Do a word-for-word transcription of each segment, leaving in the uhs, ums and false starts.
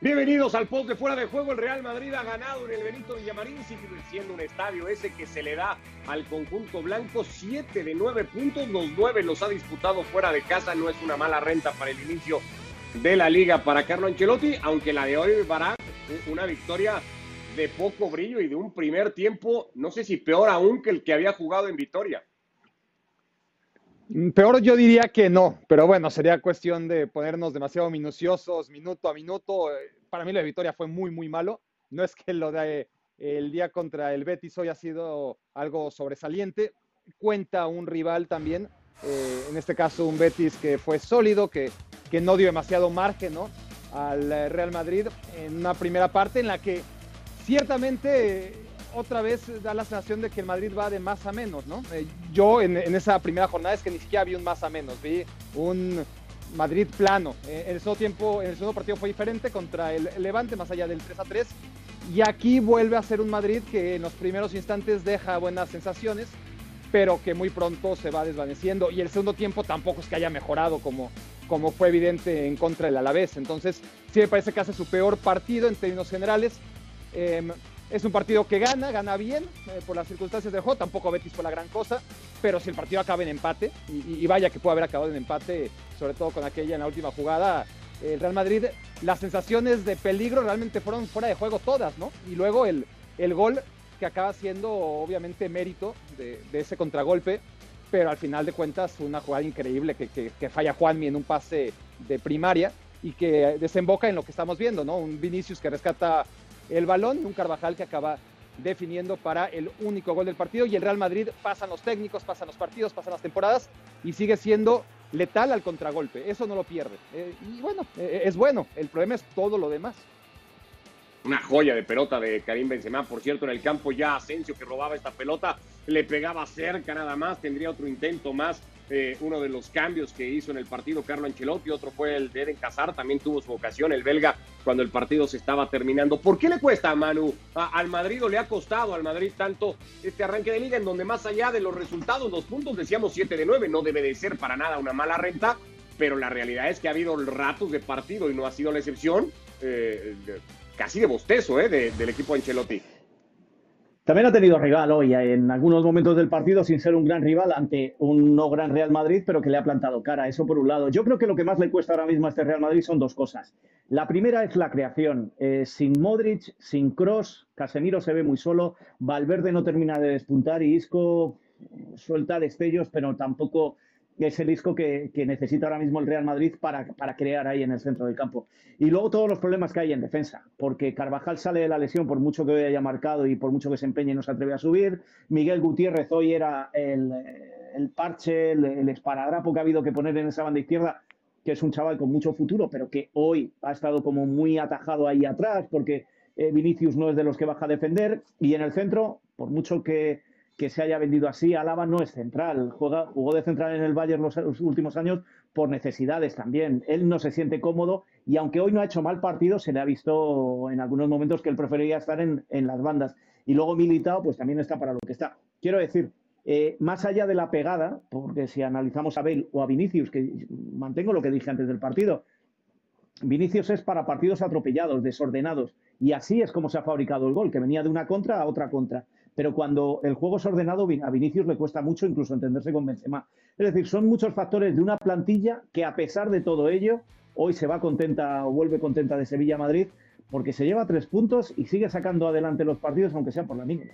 Bienvenidos al post de Fuera de Juego. El Real Madrid ha ganado en el Benito Villamarín, siendo un estadio ese que se le da al conjunto blanco. Siete de nueve puntos, los nueve los ha disputado fuera de casa. No es una mala renta para el inicio de la liga para Carlo Ancelotti, aunque la de hoy va una victoria de poco brillo y de un primer tiempo, no sé si peor aún que el que había jugado en Vitoria. Peor yo diría que no, pero bueno, sería cuestión de ponernos demasiado minuciosos minuto a minuto. Para mí la victoria fue muy, muy malo. No es que lo de el día contra el Betis hoy ha sido algo sobresaliente. Cuenta un rival también, eh, en este caso un Betis que fue sólido, que, que no dio demasiado margen, ¿no?, al Real Madrid en una primera parte en la que ciertamente... Eh, otra vez da la sensación de que el Madrid va de más a menos, ¿no? Eh, yo en, en esa primera jornada es que ni siquiera vi un más a menos, vi un Madrid plano. Eh, en el segundo tiempo, en el segundo partido fue diferente contra el Levante, más allá del tres a tres, y aquí vuelve a ser un Madrid que en los primeros instantes deja buenas sensaciones, pero que muy pronto se va desvaneciendo, y el segundo tiempo tampoco es que haya mejorado como, como fue evidente en contra del Alavés. Entonces sí me parece que hace su peor partido en términos generales. Eh, Es un partido que gana, gana bien, eh, por las circunstancias del juego. Tampoco Betis fue la gran cosa, pero si el partido acaba en empate, y, y vaya que puede haber acabado en empate, sobre todo con aquella en la última jugada, el Real Madrid, las sensaciones de peligro realmente fueron fuera de juego todas, ¿no? Y luego el, el gol que acaba siendo obviamente mérito de, de ese contragolpe, pero al final de cuentas una jugada increíble que, que, que falla Juanmi en un pase de primaria y que desemboca en lo que estamos viendo, ¿no? Un Vinicius que rescata el balón y un Carvajal que acaba definiendo para el único gol del partido, y el Real Madrid, pasan los técnicos, pasan los partidos, pasan las temporadas y sigue siendo letal al contragolpe. Eso no lo pierde. Eh, y bueno, eh, es bueno. El problema es todo lo demás. Una joya de pelota de Karim Benzema, por cierto, en el campo ya Asensio, que robaba esta pelota, le pegaba cerca nada más, tendría otro intento más. Eh, uno de los cambios que hizo en el partido Carlo Ancelotti, otro fue el de Eden Hazard, también tuvo su ocasión el belga cuando el partido se estaba terminando. ¿Por qué le cuesta a Manu? A, al Madrid, o le ha costado al Madrid tanto este arranque de liga, en donde más allá de los resultados, los puntos, decíamos siete de nueve, no debe de ser para nada una mala renta, pero la realidad es que ha habido ratos de partido y no ha sido la excepción, eh, casi de bostezo eh, de, del equipo Ancelotti. También ha tenido rival hoy en algunos momentos del partido, sin ser un gran rival ante un no gran Real Madrid, pero que le ha plantado cara. Eso por un lado. Yo creo que lo que más le cuesta ahora mismo a este Real Madrid son dos cosas. La primera es la creación. Eh, sin Modric, sin Kroos, Casemiro se ve muy solo, Valverde no termina de despuntar y Isco suelta destellos, pero tampoco es el Isco que, que necesita ahora mismo el Real Madrid para, para crear ahí en el centro del campo. Y luego todos los problemas que hay en defensa, porque Carvajal sale de la lesión por mucho que hoy haya marcado y por mucho que se empeñe y no se atreve a subir. Miguel Gutiérrez hoy era el, el parche, el, el esparadrapo que ha habido que poner en esa banda izquierda, que es un chaval con mucho futuro, pero que hoy ha estado como muy atajado ahí atrás, porque eh, Vinicius no es de los que baja a defender. Y en el centro, por mucho que que se haya vendido así, Álava no es central, juega, jugó de central en el Bayern los, los últimos años por necesidades también. Él no se siente cómodo y aunque hoy no ha hecho mal partido, se le ha visto en algunos momentos que él preferiría estar en, en las bandas. Y luego Militao, pues también está para lo que está. Quiero decir, eh, más allá de la pegada, porque si analizamos a Bale o a Vinicius, que mantengo lo que dije antes del partido, Vinicius es para partidos atropellados, desordenados, y así es como se ha fabricado el gol, que venía de una contra a otra contra. Pero cuando el juego es ordenado, a Vinicius le cuesta mucho incluso entenderse con Benzema. Es decir, son muchos factores de una plantilla que, a pesar de todo ello, hoy se va contenta o vuelve contenta de Sevilla a Madrid, porque se lleva tres puntos y sigue sacando adelante los partidos, aunque sea por la mínima.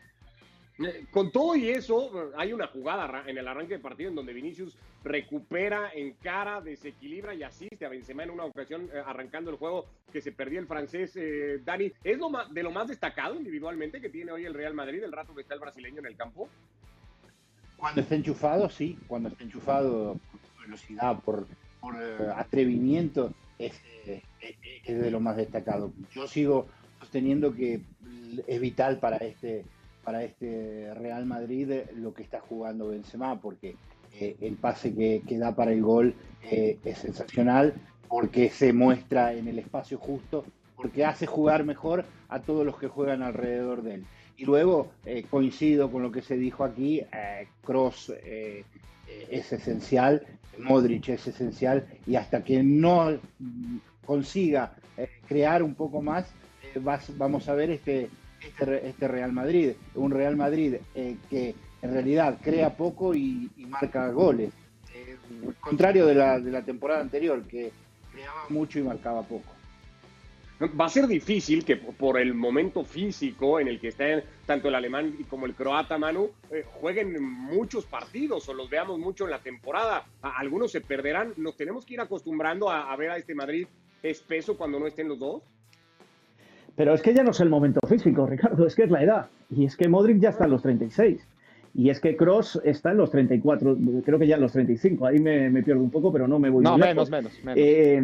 Con todo y eso, hay una jugada en el arranque del partido en donde Vinicius recupera, encara, desequilibra y asiste a Benzema en una ocasión eh, arrancando el juego que se perdió el francés. eh, Dani, ¿es lo más, de lo más destacado individualmente que tiene hoy el Real Madrid el rato que está el brasileño en el campo? Cuando está enchufado, sí. Cuando está enchufado por velocidad, por, por uh, atrevimiento, es, eh, es de lo más destacado. Yo sigo sosteniendo que es vital para este... para este Real Madrid lo que está jugando Benzema, porque eh, el pase que, que da para el gol eh, es sensacional, porque se muestra en el espacio justo, porque hace jugar mejor a todos los que juegan alrededor de él. Y luego, eh, coincido con lo que se dijo aquí, eh, Kroos eh, eh, es esencial, Modric es esencial, y hasta que no consiga eh, crear un poco más, eh, vas, vamos a ver este, este, este Real Madrid, un Real Madrid eh, que en realidad crea poco y, y marca goles, eh, contrario de la, de la temporada anterior, que creaba mucho y marcaba poco. Va a ser difícil que por el momento físico en el que estén tanto el alemán como el croata, Manu, eh, jueguen muchos partidos o los veamos mucho en la temporada. A, algunos se perderán. ¿Nos tenemos que ir acostumbrando a, a ver a este Madrid espeso cuando no estén los dos? Pero es que ya no es el momento físico, Ricardo, es que es la edad. Y es que Modric ya está en los treinta y seis. Y es que Kroos está en los treinta y cuatro, creo que ya en los treinta y cinco. Ahí me, me pierdo un poco, pero no me voy No, muy menos, lejos. menos, menos. Eh,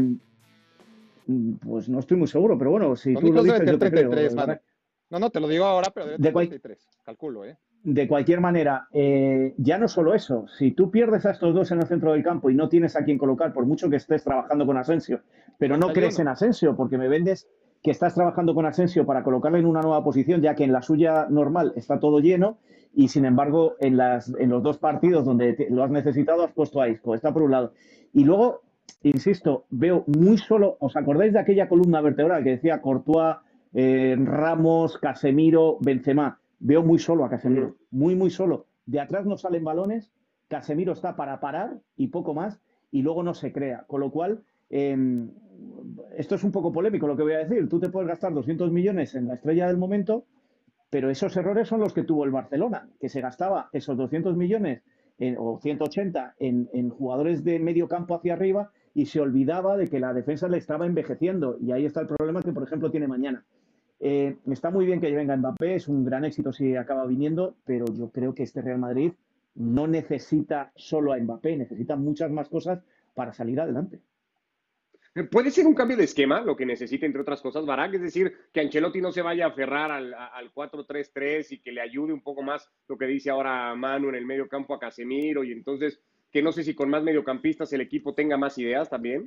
Pues no estoy muy seguro, pero bueno, si tú lo dices, yo te creo. No, no, te lo digo ahora, pero debe de tener cual... treinta y tres, calculo, ¿eh? De cualquier manera, eh, ya no solo eso, si tú pierdes a estos dos en el centro del campo y no tienes a quien colocar, por mucho que estés trabajando con Asensio, pero no crees en Asensio, porque me vendes que estás trabajando con Asensio para colocarle en una nueva posición, ya que en la suya normal está todo lleno, y sin embargo, en, las, en los dos partidos donde te, lo has necesitado, has puesto a Isco, está por un lado. Y luego, insisto, veo muy solo, ¿os acordáis de aquella columna vertebral que decía Courtois, eh, Ramos, Casemiro, Benzema? Veo muy solo a Casemiro, muy, muy solo. De atrás no salen balones, Casemiro está para parar y poco más, y luego no se crea. Con lo cual, eh, esto es un poco polémico lo que voy a decir. Tú te puedes gastar doscientos millones en la estrella del momento, pero esos errores son los que tuvo el Barcelona, que se gastaba esos doscientos millones en, o ciento ochenta en, en jugadores de medio campo hacia arriba, y se olvidaba de que la defensa le estaba envejeciendo. Y ahí está el problema que, por ejemplo, tiene mañana. Eh, está muy bien que venga Mbappé, es un gran éxito si acaba viniendo, pero yo creo que este Real Madrid no necesita solo a Mbappé, necesita muchas más cosas para salir adelante. ¿Puede ser un cambio de esquema lo que necesita, entre otras cosas, Barak? Es decir, que Ancelotti no se vaya a aferrar al, al cuatro tres tres y que le ayude un poco más lo que dice ahora Manu en el medio campo a Casemiro, y entonces que no sé si con más mediocampistas el equipo tenga más ideas también.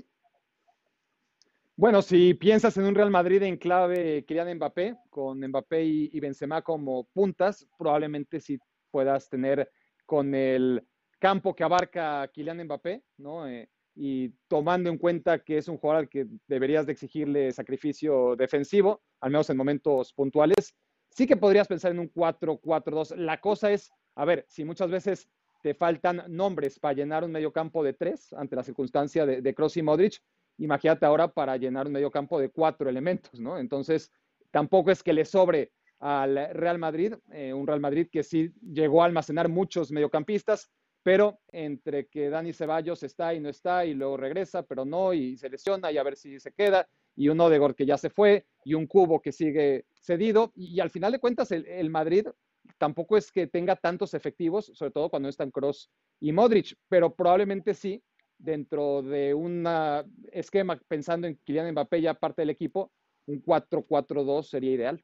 Bueno, si piensas en un Real Madrid en clave Kylian Mbappé, con Mbappé y, y Benzema como puntas, probablemente sí puedas tener con el campo que abarca Kylian Mbappé, ¿no? Eh, y tomando en cuenta que es un jugador al que deberías de exigirle sacrificio defensivo, al menos en momentos puntuales, sí que podrías pensar en un cuatro cuatro dos. La cosa es, a ver, si muchas veces te faltan nombres para llenar un mediocampo de tres ante la circunstancia de, de Kroos y Modric, imagínate ahora para llenar un mediocampo de cuatro elementos, ¿no? Entonces, tampoco es que le sobre al Real Madrid, eh, un Real Madrid que sí llegó a almacenar muchos mediocampistas, pero entre que Dani Ceballos está y no está, y luego regresa, pero no, y se lesiona, y a ver si se queda, y un Odegaard que ya se fue, y un Cubo que sigue cedido, y, y al final de cuentas el, el Madrid tampoco es que tenga tantos efectivos, sobre todo cuando no están Kroos y Modric, pero probablemente sí, dentro de un esquema pensando en Kylian Mbappé ya parte del equipo, un cuatro cuatro dos sería ideal.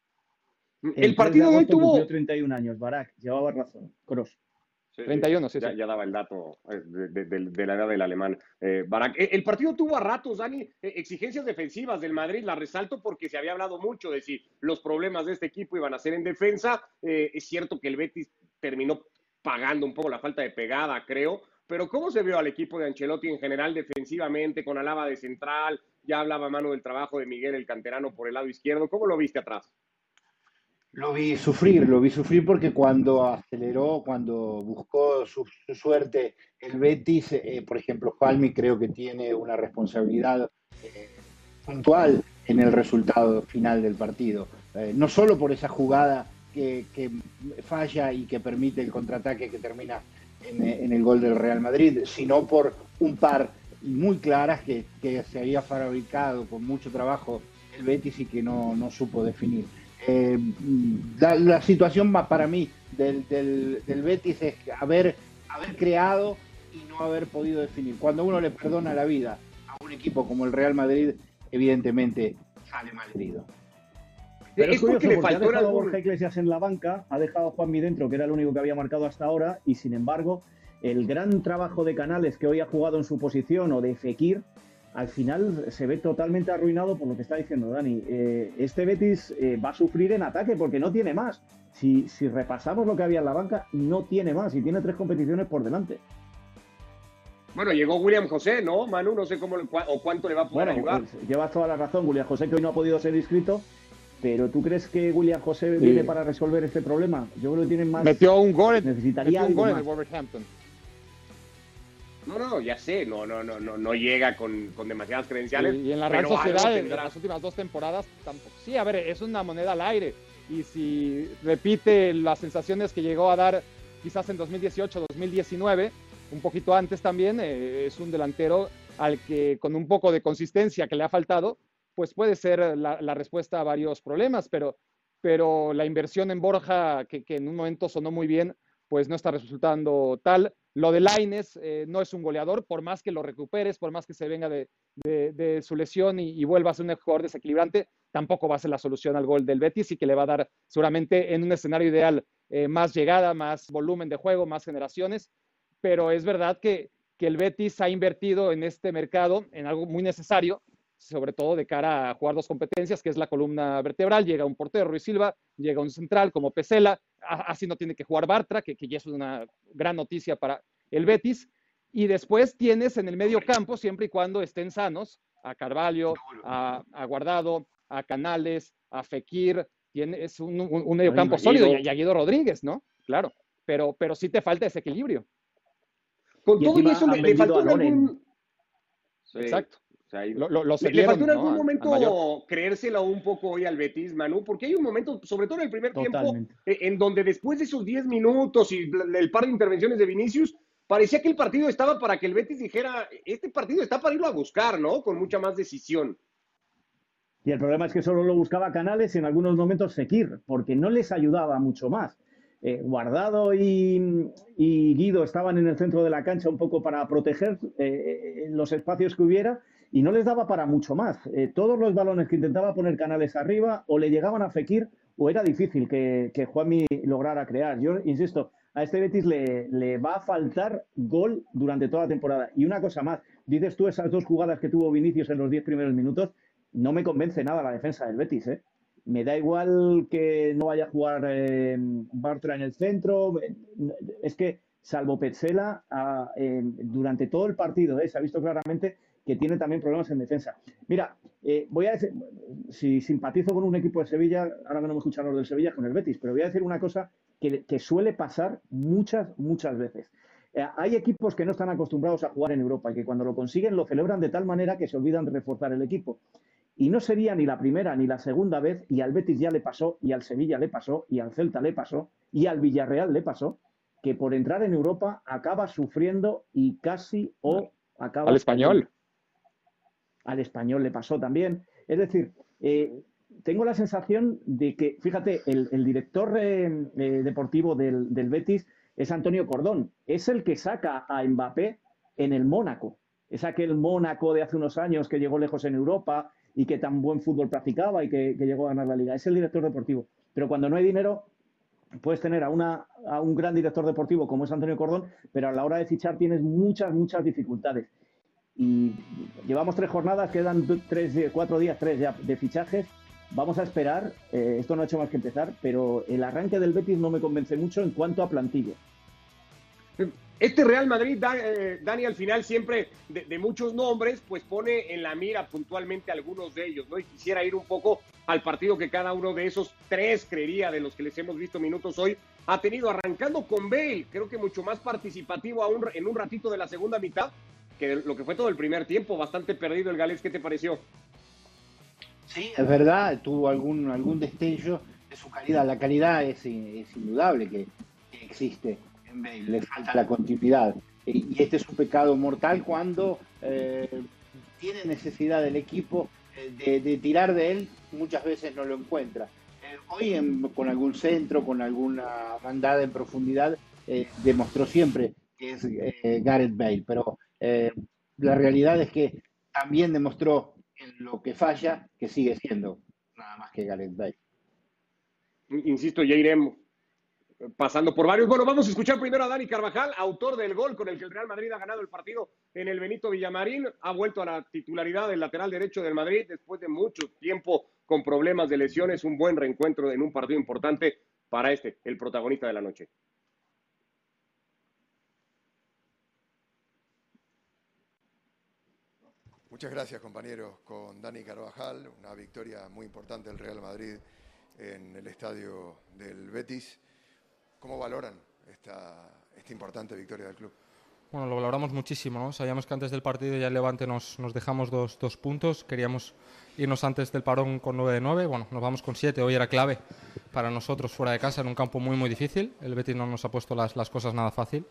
El, el partido de hoy tuvo... cumplió treinta y un años, Barak, llevaba razón, Kroos. Sí, treinta y uno, sí, ya, sí. ya daba el dato de, de, de, de la edad del alemán. Eh, Barak, el partido tuvo a ratos, Dani, exigencias defensivas del Madrid, la resalto porque se había hablado mucho de si los problemas de este equipo iban a ser en defensa. Eh, es cierto que el Betis terminó pagando un poco la falta de pegada, creo, pero ¿cómo se vio al equipo de Ancelotti en general defensivamente, con Alaba de central? Ya hablaba Manu del trabajo de Miguel, el canterano, por el lado izquierdo. ¿Cómo lo viste atrás? Lo vi sufrir, lo vi sufrir porque cuando aceleró, cuando buscó su, su suerte el Betis, eh, por ejemplo, Juanmi creo que tiene una responsabilidad eh, puntual en el resultado final del partido. Eh, no solo por esa jugada que, que falla y que permite el contraataque que termina en, en el gol del Real Madrid, sino por un par muy claras que, que se había fabricado con mucho trabajo el Betis y que no, no supo definir. Eh, la, la situación para mí del, del, del Betis es haber, haber creado y no haber podido definir. Cuando uno le perdona la vida a un equipo como el Real Madrid, evidentemente sale mal herido. Pero es, es curioso porque, porque ha dejado a Borja Iglesias en la banca, ha dejado a Juanmi dentro, que era el único que había marcado hasta ahora, y sin embargo el gran trabajo de Canales que hoy ha jugado en su posición, o de Fekir, al final se ve totalmente arruinado por lo que está diciendo Dani. Eh, este Betis eh, va a sufrir en ataque porque no tiene más. Si, si repasamos lo que había en la banca, no tiene más y tiene tres competiciones por delante. Bueno, llegó William José, ¿no, Manu? No sé cómo o cuánto le va a poder Bueno, ayudar. pues, llevas toda la razón, William José, que hoy no ha podido ser inscrito, pero ¿tú crees que William José Sí. viene para resolver este problema? Yo creo que tienen más... Metió un gol, en- Necesitaría metió un algo gol en más. el Wolverhampton. No, no, ya sé, no, no, no, no, no llega con, con demasiadas credenciales. Y, y en la Real pero algo Sociedad, en, tendrá. las últimas dos temporadas, tampoco. Sí, a ver, es una moneda al aire. Y si repite las sensaciones que llegó a dar quizás en dos mil dieciocho, dos mil diecinueve, un poquito antes también, eh, es un delantero al que con un poco de consistencia que le ha faltado, pues puede ser la, la respuesta a varios problemas, pero, pero la inversión en Borja, que, que en un momento sonó muy bien, pues no está resultando tal. Lo de Lainez eh, no es un goleador, por más que lo recuperes, por más que se venga de, de, de su lesión y, y vuelva a ser un jugador desequilibrante, tampoco va a ser la solución al gol del Betis y que le va a dar seguramente en un escenario ideal eh, más llegada, más volumen de juego, más generaciones, pero es verdad que, que el Betis ha invertido en este mercado en algo muy necesario, sobre todo de cara a jugar dos competencias, que es la columna vertebral. Llega un portero, Ruiz Silva, llega un central como Pesela, así no tiene que jugar Bartra, que, que ya es una gran noticia para el Betis, y después tienes en el medio campo, siempre y cuando estén sanos, a Carvalho, a, a Guardado, a Canales, a Fekir, tienes un, un, un medio campo sólido, y a Guido Rodríguez, ¿no? Claro, pero, pero sí te falta ese equilibrio. Con y todo y eso le, le faltó en algún... Sí. Exacto. O sea, lo, lo, lo le, le faltó en algún ¿no? momento al, al creérselo un poco hoy al Betis, Manu, porque hay un momento, sobre todo en el primer Totalmente. tiempo, en donde después de esos diez minutos y el par de intervenciones de Vinicius, parecía que el partido estaba para que el Betis dijera, este partido está para irlo a buscar, ¿no? Con mucha más decisión. Y el problema es que solo lo buscaba Canales y en algunos momentos Fekir, porque no les ayudaba mucho más. Eh, Guardado y, y Guido estaban en el centro de la cancha un poco para proteger eh, los espacios que hubiera y no les daba para mucho más. Eh, todos los balones que intentaba poner Canales arriba o le llegaban a Fekir o era difícil que, que Juanmi lograra crear. Yo insisto, a este Betis le, le va a faltar gol durante toda la temporada. Y una cosa más, dices tú esas dos jugadas que tuvo Vinicius en los diez primeros minutos, no me convence nada la defensa del Betis, ¿eh? Me da igual que no vaya a jugar eh, Bartra en el centro. Es que, salvo Petzela, a, eh, durante todo el partido eh, se ha visto claramente que tiene también problemas en defensa. Mira, eh, voy a decir, si simpatizo con un equipo de Sevilla, ahora que no me escuchan los del Sevilla, con el Betis, pero voy a decir una cosa que, que suele pasar muchas, muchas veces. Eh, hay equipos que no están acostumbrados a jugar en Europa y que cuando lo consiguen lo celebran de tal manera que se olvidan de reforzar el equipo. Y no sería ni la primera ni la segunda vez, y al Betis ya le pasó, y al Sevilla le pasó, y al Celta le pasó, y al Villarreal le pasó, que por entrar en Europa acaba sufriendo y casi o acaba... Al Español. Al Español le pasó también. Es decir, eh, tengo la sensación de que, fíjate, el, el director eh, eh, deportivo del, del Betis es Antonio Cordón. Es el que saca a Mbappé en el Mónaco. Es aquel Mónaco de hace unos años que llegó lejos en Europa y que tan buen fútbol practicaba y que, que llegó a ganar la liga. Es el director deportivo. Pero cuando no hay dinero, puedes tener a, una, a un gran director deportivo como es Antonio Cordón, pero a la hora de fichar tienes muchas, muchas dificultades. Y llevamos tres jornadas, quedan tres, cuatro días, tres ya de fichajes. Vamos a esperar, eh, esto no ha hecho más que empezar, pero el arranque del Betis no me convence mucho en cuanto a plantilla. Este Real Madrid, Dani, al final siempre de, de muchos nombres, pues pone en la mira puntualmente algunos de ellos, ¿no? Y quisiera ir un poco al partido que cada uno de esos tres, creería, de los que les hemos visto minutos hoy, ha tenido, arrancando con Bale, creo que mucho más participativo aún en un ratito de la segunda mitad, que lo que fue todo el primer tiempo, bastante perdido el galés. ¿Qué te pareció? Sí, es verdad, tuvo algún, algún destello de su calidad. La calidad es, es indudable que, que existe. Le falta la continuidad y este es un pecado mortal cuando eh, tiene necesidad del equipo de, de tirar de él, muchas veces no lo encuentra. Eh, hoy en, con algún centro, con alguna bandada en profundidad, eh, demostró siempre que es eh, Gareth Bale, pero eh, la realidad es que también demostró en lo que falla que sigue siendo nada más que Gareth Bale. Insisto, ya iremos pasando por varios. Bueno, vamos a escuchar primero a Dani Carvajal, autor del gol con el que el Real Madrid ha ganado el partido en el Benito Villamarín. Ha vuelto a la titularidad del lateral derecho del Madrid después de mucho tiempo con problemas de lesiones. Un buen reencuentro en un partido importante para este, el protagonista de la noche. Muchas gracias, compañeros. Con Dani Carvajal, una victoria muy importante del Real Madrid en el estadio del Betis. ¿Cómo valoran esta, esta importante victoria del club? Bueno, lo valoramos muchísimo, ¿no? Sabíamos que antes del partido ya el Levante nos, nos dejamos dos, dos puntos. Queríamos irnos antes del parón con nueve de nueve. Bueno, nos vamos con siete. Hoy era clave para nosotros fuera de casa en un campo muy, muy difícil. El Betis no nos ha puesto las, las cosas nada fácil.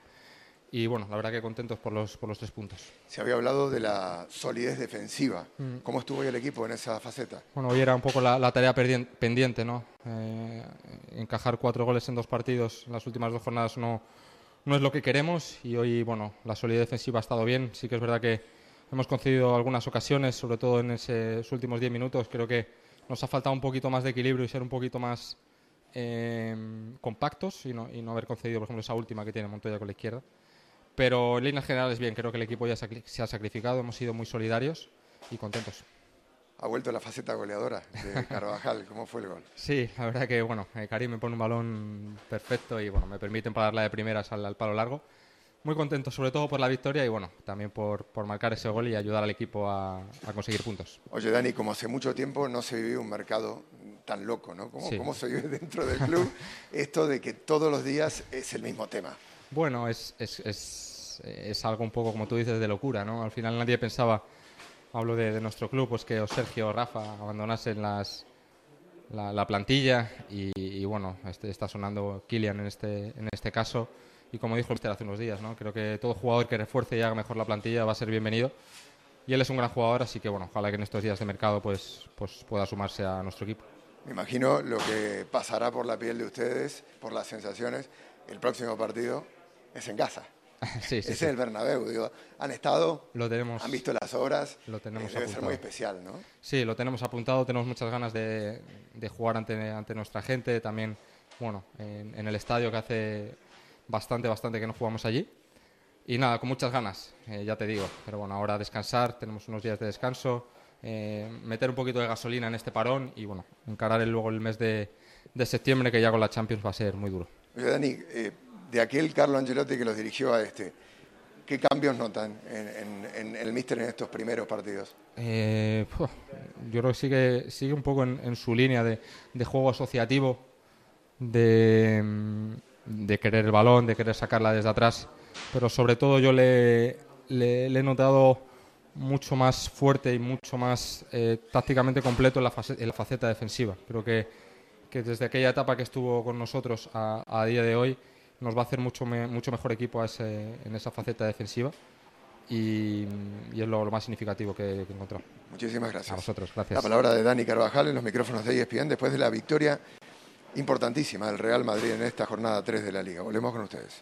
Y bueno, la verdad que contentos por los, por los tres puntos. Se había hablado de la solidez defensiva. Mm. ¿Cómo estuvo hoy el equipo en esa faceta? Bueno, hoy era un poco la, la tarea pendiente, ¿no? Eh, encajar cuatro goles en dos partidos en las últimas dos jornadas no... No es lo que queremos y hoy, bueno, la solidez defensiva ha estado bien. Sí que es verdad que hemos concedido algunas ocasiones, sobre todo en esos últimos diez minutos. Creo que nos ha faltado un poquito más de equilibrio y ser un poquito más eh, compactos y no, y no haber concedido, por ejemplo, esa última que tiene Montoya con la izquierda. Pero en líneas generales bien, creo que el equipo ya se ha sacrificado, hemos sido muy solidarios y contentos. Ha vuelto la faceta goleadora de Carvajal. ¿Cómo fue el gol? Sí, la verdad que bueno, eh, Karim me pone un balón perfecto y bueno, me permiten pararla de primeras al, al palo largo. Muy contento, sobre todo por la victoria y bueno, también por, por marcar ese gol y ayudar al equipo a, a conseguir puntos. Oye, Dani, como hace mucho tiempo no se vive un mercado tan loco, ¿no? ¿Cómo, sí. ¿Cómo se vive dentro del club esto de que todos los días es el mismo tema? Bueno, es, es, es, es algo un poco, como tú dices, de locura, ¿no? Al final nadie pensaba... Hablo de, de nuestro club, pues que o Sergio o Rafa abandonasen las, la, la plantilla y, y bueno, este, está sonando Kylian en este, en este caso y como dijo el mister hace unos días, ¿no? Creo que todo jugador que refuerce y haga mejor la plantilla va a ser bienvenido y él es un gran jugador, así que bueno, ojalá que en estos días de mercado pues, pues pueda sumarse a nuestro equipo. Me imagino lo que pasará por la piel de ustedes, por las sensaciones, el próximo partido es en casa. Sí, sí, es sí. el Bernabéu, digo, han estado, lo tenemos, han visto las obras, lo tenemos eh, debe apuntado. ser muy especial, ¿no? Sí, lo tenemos apuntado, tenemos muchas ganas de, de jugar ante, ante nuestra gente, también, bueno, en, en el estadio que hace bastante, bastante que no jugamos allí. Y nada, con muchas ganas, eh, ya te digo, pero bueno, ahora descansar, tenemos unos días de descanso, eh, meter un poquito de gasolina en este parón y bueno, encarar el, luego el mes de, de septiembre que ya con la Champions va a ser muy duro. Oye, Dani, eh, de aquel Carlo Ancelotti que los dirigió a este, ¿qué cambios notan en, en, en el míster en estos primeros partidos? Eh, yo creo que sigue, sigue un poco en, en su línea de, de juego asociativo, de, de querer el balón, de querer sacarla desde atrás, pero sobre todo yo le, le, le he notado mucho más fuerte y mucho más eh, tácticamente completo en la, fase, en la faceta defensiva. Creo que, que desde aquella etapa que estuvo con nosotros a, a día de hoy nos va a hacer mucho, me, mucho mejor equipo a ese, en esa faceta defensiva y, y es lo, lo más significativo que, que he encontrado. Muchísimas gracias. A vosotros, gracias. La palabra de Dani Carvajal en los micrófonos de E S P N después de la victoria importantísima del Real Madrid en esta jornada tres de la Liga. Volvemos con ustedes.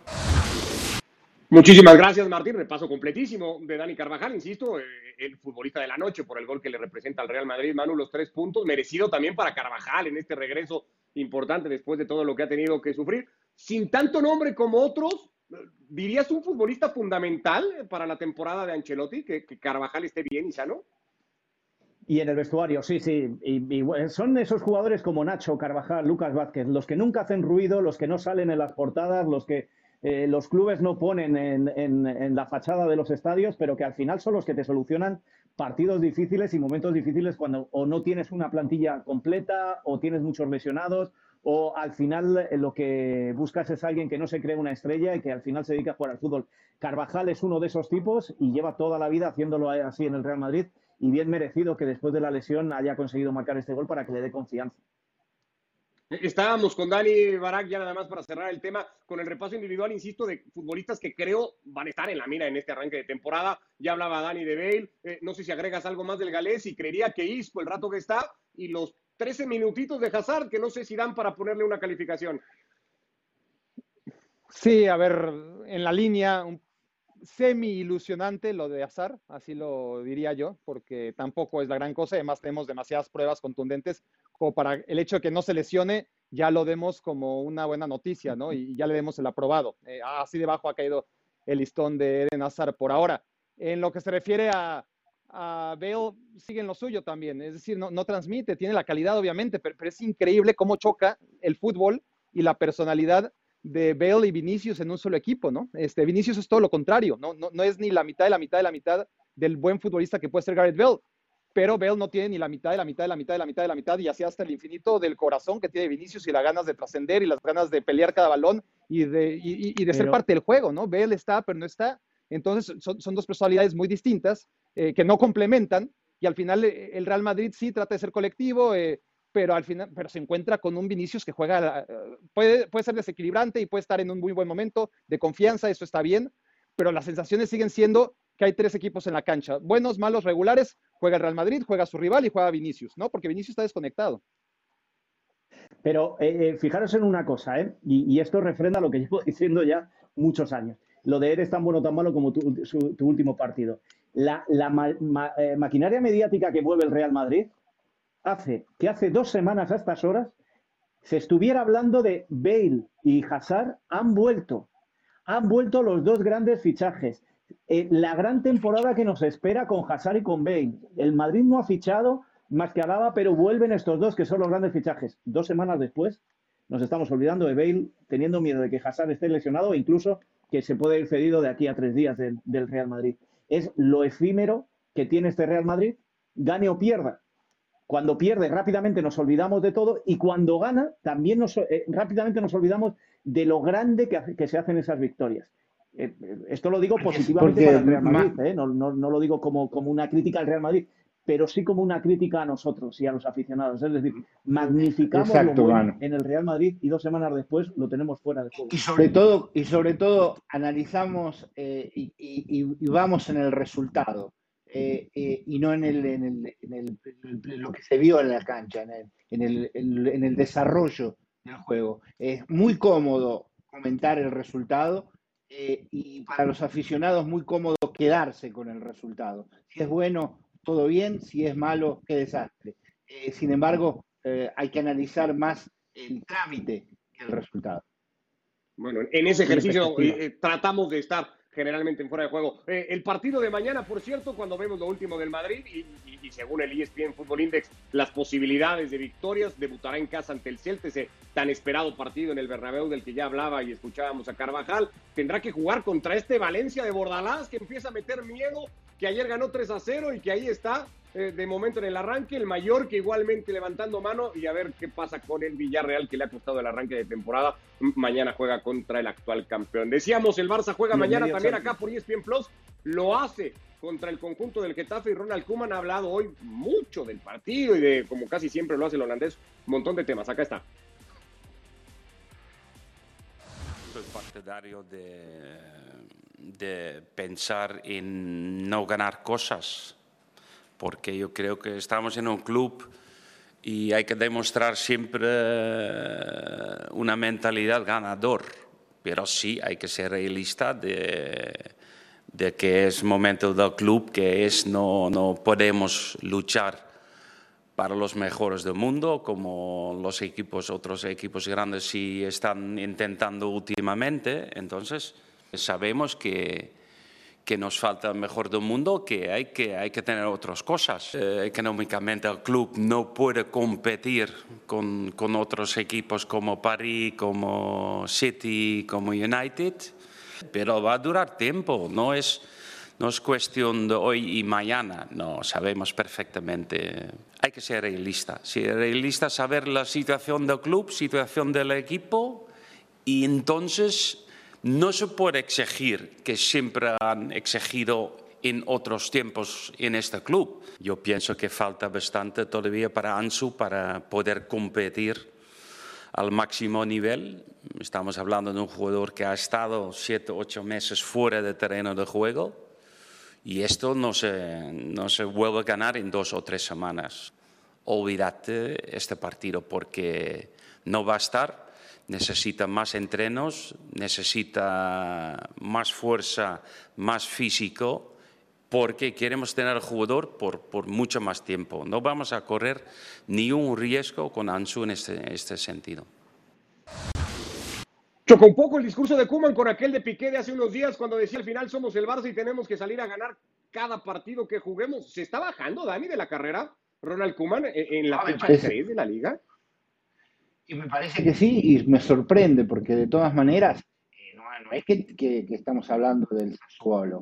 Muchísimas gracias, Martín. Repaso completísimo de Dani Carvajal, insisto, eh, el futbolista de la noche por el gol que le representa al Real Madrid. Manu, los tres puntos, merecido también para Carvajal en este regreso importante después de todo lo que ha tenido que sufrir. Sin tanto nombre como otros, ¿dirías un futbolista fundamental para la temporada de Ancelotti, que, que Carvajal esté bien y sano? Y en el vestuario, sí, sí. Y, y son esos jugadores como Nacho, Carvajal, Lucas Vázquez, los que nunca hacen ruido, los que no salen en las portadas, los que eh, los clubes no ponen en, en, en la fachada de los estadios, pero que al final son los que te solucionan partidos difíciles y momentos difíciles cuando o no tienes una plantilla completa o tienes muchos lesionados o al final eh, lo que buscas es alguien que no se cree una estrella y que al final se dedica a jugar al fútbol. Carvajal es uno de esos tipos y lleva toda la vida haciéndolo así en el Real Madrid y bien merecido que después de la lesión haya conseguido marcar este gol para que le dé confianza. Estábamos con Dani Barak ya nada más para cerrar el tema con el repaso individual, insisto, de futbolistas que creo van a estar en la mira en este arranque de temporada. Ya hablaba Dani de Bale, eh, no sé si agregas algo más del galés y creería que Isco el rato que está y los trece minutitos de Hazard que no sé si dan para ponerle una calificación. Sí, a ver, en la línea un semi ilusionante lo de Hazard, así lo diría yo, porque tampoco es la gran cosa, además tenemos demasiadas pruebas contundentes como para el hecho de que no se lesione, ya lo demos como una buena noticia, ¿no? Y ya le demos el aprobado. Eh, así debajo ha caído el listón de Eden Hazard por ahora. En lo que se refiere a, a Bale, sigue en lo suyo también, es decir, no, no transmite, tiene la calidad obviamente, pero, pero es increíble cómo choca el fútbol y la personalidad de Bale y Vinicius en un solo equipo, ¿no? Este, Vinicius es todo lo contrario, ¿no? No, no es ni la mitad de la mitad de la mitad del buen futbolista que puede ser Gareth Bale, pero Bale no tiene ni la mitad de la mitad de la mitad de la mitad de la mitad y así hasta el infinito del corazón que tiene Vinicius y las ganas de trascender y las ganas de pelear cada balón y de, y, y de pero... ser parte del juego, ¿no? Bale está, pero no está. Entonces son, son dos personalidades muy distintas eh, que no complementan y al final eh, el Real Madrid sí trata de ser colectivo, eh, pero al final pero se encuentra con un Vinicius que juega, uh, puede, puede ser desequilibrante y puede estar en un muy buen momento de confianza, eso está bien, pero las sensaciones siguen siendo que hay tres equipos en la cancha, buenos, malos, regulares, juega el Real Madrid, juega su rival y juega Vinicius, ¿no? Porque Vinicius está desconectado. Pero eh, fijaros en una cosa, ¿eh? Y, y esto refrenda lo que llevo diciendo ya muchos años. Lo de eres tan bueno o tan malo como tu, su, tu último partido. La, la ma, ma, eh, maquinaria mediática que mueve el Real Madrid hace que hace dos semanas a estas horas se estuviera hablando de Bale y Hazard. Han vuelto. Han vuelto los dos grandes fichajes. Eh, la gran temporada que nos espera con Hazard y con Bale. El Madrid no ha fichado más que Alaba, pero vuelven estos dos que son los grandes fichajes. Dos semanas después nos estamos olvidando de Bale, teniendo miedo de que Hazard esté lesionado e incluso que se puede ir cedido de aquí a tres días del, del Real Madrid. Es lo efímero que tiene este Real Madrid, gane o pierda. Cuando pierde, rápidamente nos olvidamos de todo y cuando gana, también nos, eh, rápidamente nos olvidamos de lo grande que, que se hacen esas victorias. Eh, esto lo digo positivamente Porque para el Real Madrid, ¿eh? no, no, no lo digo como, como una crítica al Real Madrid, pero sí como una crítica a nosotros y a los aficionados. Es decir, magnificamos Exacto, lo bueno mano. en el Real Madrid y dos semanas después lo tenemos fuera de juego. Y sobre todo, y sobre todo analizamos eh, y, y, y vamos en el resultado. Eh, eh, y no en, el, en, el, en, el, en lo que se vio en la cancha, en el, en, el, en, en el desarrollo del juego. Es muy cómodo comentar el resultado eh, y para los aficionados muy cómodo quedarse con el resultado. Si es bueno, todo bien; si es malo, qué desastre. Eh, sin embargo, eh, hay que analizar más el trámite que el resultado. Bueno, en ese ejercicio eh, eh, tratamos de estar generalmente en fuera de juego. Eh, el partido de mañana, por cierto, cuando vemos lo último del Madrid y, y, y según el E S P N Football Index, las posibilidades de victorias, debutará en casa ante el Celta, ese tan esperado partido en el Bernabéu del que ya hablaba y escuchábamos a Carvajal. Tendrá que jugar contra este Valencia de Bordalás que empieza a meter miedo, que ayer ganó tres a cero y que ahí está eh, de momento en el arranque. El Mallorca igualmente levantando mano y a ver qué pasa con el Villarreal, que le ha costado el arranque de temporada. Mañana juega contra el actual campeón. Decíamos, el Barça juega mañana también acá por E S P N Plus, lo hace contra el conjunto del Getafe y Ronald Koeman ha hablado hoy mucho del partido y de, como casi siempre lo hace el holandés, un montón de temas. Acá está. Soy partidario de, de pensar en no ganar cosas, porque yo creo que estamos en un club y hay que demostrar siempre una mentalidad ganador, pero sí hay que ser realista de, de que es momento del club, que es no, no podemos luchar para los mejores del mundo, como los equipos, otros equipos grandes sí están intentando últimamente. Entonces sabemos que que nos falta el mejor del mundo, que hay que, hay que tener otras cosas. Eh, económicamente el club no puede competir con, con otros equipos como París, como City, como United, pero va a durar tiempo, no es, no es cuestión de hoy y mañana, no, sabemos perfectamente. Hay que ser realista, ser realista, saber la situación del club, situación del equipo, y entonces no se puede exigir que siempre han exigido en otros tiempos en este club. Yo pienso que falta bastante todavía para Ansu para poder competir al máximo nivel. Estamos hablando de un jugador que ha estado siete, ocho meses fuera del terreno de juego y esto no se, no se vuelve a ganar en dos o tres semanas. Olvídate este partido porque no va a estar. Necesita más entrenos, necesita más fuerza, más físico, porque queremos tener al jugador por, por mucho más tiempo. No vamos a correr ni un riesgo con Ansu en este, este sentido. Chocó un poco el discurso de Koeman con aquel de Piqué de hace unos días cuando decía al final somos el Barça y tenemos que salir a ganar cada partido que juguemos. ¿Se está bajando, Dani, de la carrera Ronald Koeman en la fecha tres de la Liga? Y me parece que sí, y me sorprende, porque de todas maneras, eh, no, no es que, que, que estamos hablando del Sassuolo.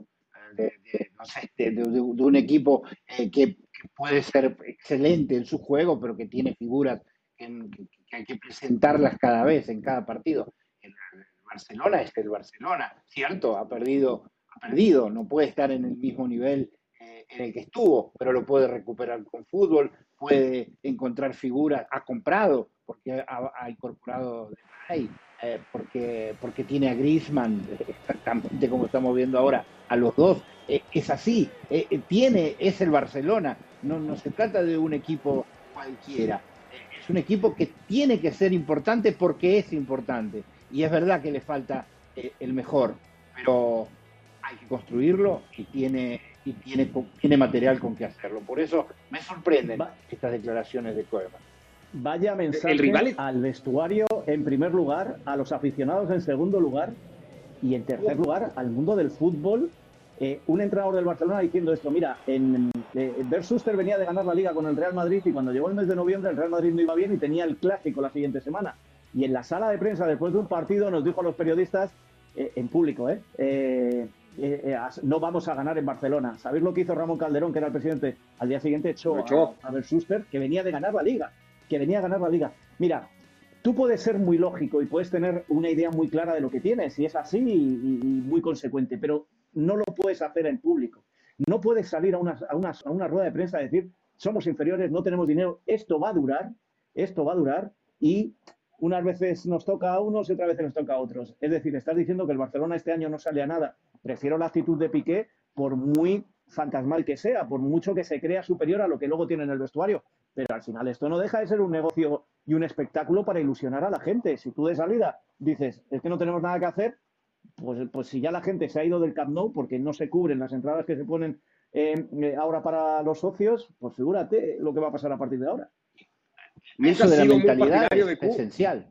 de, de, no sé, de, de, de un equipo eh, que, que puede ser excelente en su juego, pero que tiene figuras que, que, que hay que presentarlas cada vez, en cada partido. El, el Barcelona es el Barcelona, ¿cierto? Ha perdido, ha perdido, no puede estar en el mismo nivel eh, en el que estuvo, pero lo puede recuperar con fútbol, puede encontrar figuras, ha comprado, porque ha, ha incorporado de ahí. Eh, porque, porque tiene a Griezmann, exactamente como estamos viendo ahora, a los dos, eh, es así, eh, tiene, es el Barcelona, no, no se trata de un equipo cualquiera, eh, es un equipo que tiene que ser importante porque es importante, y es verdad que le falta eh, el mejor, pero hay que construirlo y tiene, y tiene, tiene material con que hacerlo, por eso me sorprenden estas declaraciones de Koeman. Vaya mensaje el rival es... al vestuario en primer lugar, a los aficionados en segundo lugar y en tercer lugar al mundo del fútbol. Eh, un entrenador del Barcelona diciendo esto, mira, en, eh, Bert Schuster venía de ganar la Liga con el Real Madrid y cuando llegó el mes de noviembre el Real Madrid no iba bien y tenía el Clásico la siguiente semana. Y en la sala de prensa después de un partido nos dijo a los periodistas, eh, en público, eh, eh, eh, eh, no vamos a ganar en Barcelona. ¿Sabéis lo que hizo Ramón Calderón, que era el presidente? Al día siguiente echó, echó. a, a Bert Schuster, que venía de ganar la Liga. que venía a ganar la Liga. Mira, tú puedes ser muy lógico y puedes tener una idea muy clara de lo que tienes, y es así y, y muy consecuente, pero no lo puedes hacer en público. No puedes salir a una, a, una, a una rueda de prensa a decir, somos inferiores, no tenemos dinero, esto va a durar, esto va a durar, y unas veces nos toca a unos y otras veces nos toca a otros. Es decir, estás diciendo que el Barcelona este año no sale a nada. Prefiero la actitud de Piqué, por muy fantasmal que sea, por mucho que se crea superior a lo que luego tiene en el vestuario. Pero al final esto no deja de ser un negocio y un espectáculo para ilusionar a la gente. Si tú de salida dices, es que no tenemos nada que hacer, pues, pues si ya la gente se ha ido del Camp Nou porque no se cubren las entradas que se ponen eh, eh, ahora para los socios, pues figúrate lo que va a pasar a partir de ahora. Nunca ha sido muy partidario de Koeman. Esencial.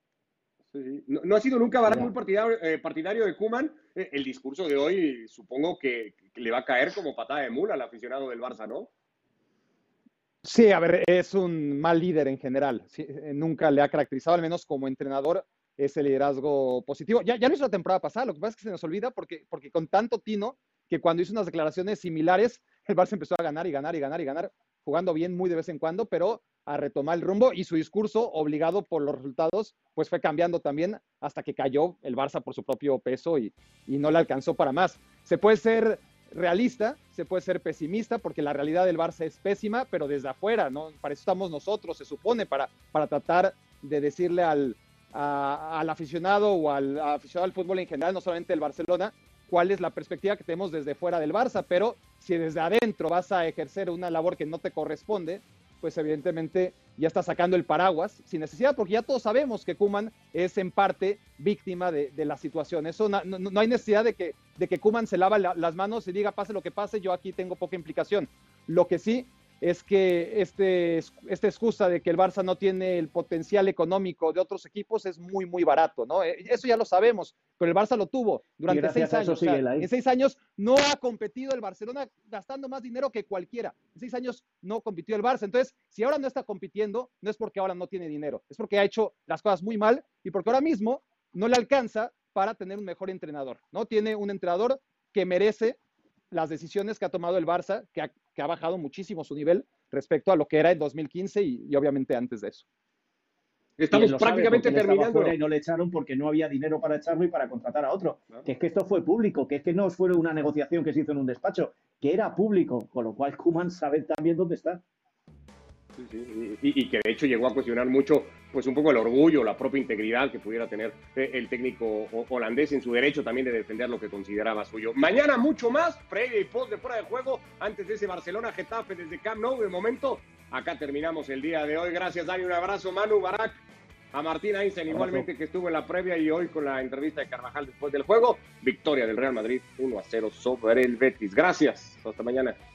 Sí, sí. No, no ha sido nunca Barak muy partidario, eh, partidario de Koeman. Eh, el discurso de hoy supongo que, que le va a caer como patada de mula al aficionado del Barça, ¿no? Sí, a ver, es un mal líder en general. Sí, nunca le ha caracterizado, al menos como entrenador, ese liderazgo positivo. Ya, ya lo hizo la temporada pasada, lo que pasa es que se nos olvida porque, porque con tanto tino que cuando hizo unas declaraciones similares, el Barça empezó a ganar y ganar y ganar y ganar, jugando bien muy de vez en cuando, pero a retomar el rumbo, y su discurso, obligado por los resultados, pues fue cambiando también hasta que cayó el Barça por su propio peso y, y no le alcanzó para más. Se puede ser realista, se puede ser pesimista, porque la realidad del Barça es pésima, pero desde afuera, ¿no? Para eso estamos nosotros, se supone, para, para tratar de decirle al, a, al aficionado o al aficionado al fútbol en general, no solamente del Barcelona, cuál es la perspectiva que tenemos desde fuera del Barça. Pero si desde adentro vas a ejercer una labor que no te corresponde, pues evidentemente ya está sacando el paraguas sin necesidad, porque ya todos sabemos que Koeman es en parte víctima de, de la situación. Eso no, no, no hay necesidad de que, de que Koeman se lava la, las manos y diga, pase lo que pase, yo aquí tengo poca implicación. Lo que sí es que este, esta excusa de que el Barça no tiene el potencial económico de otros equipos es muy, muy barato, ¿no? Eso ya lo sabemos, pero el Barça lo tuvo durante seis años. O sea, en seis años no ha competido el Barcelona gastando más dinero que cualquiera. En seis años no compitió el Barça. Entonces, si ahora no está compitiendo, no es porque ahora no tiene dinero, es porque ha hecho las cosas muy mal y porque ahora mismo no le alcanza para tener un mejor entrenador, ¿no? Tiene un entrenador que merece las decisiones que ha tomado el Barça, que ha, que ha bajado muchísimo su nivel respecto a lo que era en dos mil quince y, y obviamente antes de eso. Estamos prácticamente terminando. Y no le echaron porque no había dinero para echarlo y para contratar a otro. Claro. Que es que esto fue público, que es que no fue una negociación que se hizo en un despacho, que era público, con lo cual Koeman sabe también dónde está. Sí, sí, y, y que de hecho llegó a cuestionar mucho, pues un poco el orgullo, la propia integridad que pudiera tener el técnico holandés en su derecho también de defender lo que consideraba suyo. Mañana mucho más, previa y post de fuera de juego, antes de ese Barcelona-Getafe desde Camp Nou. De momento, acá terminamos el día de hoy. Gracias, Dani, un abrazo, Manu, Barak, a Martín Einstein igualmente, que estuvo en la previa, y hoy con la entrevista de Carvajal después del juego. Victoria del Real Madrid uno a cero sobre el Betis. Gracias, hasta mañana.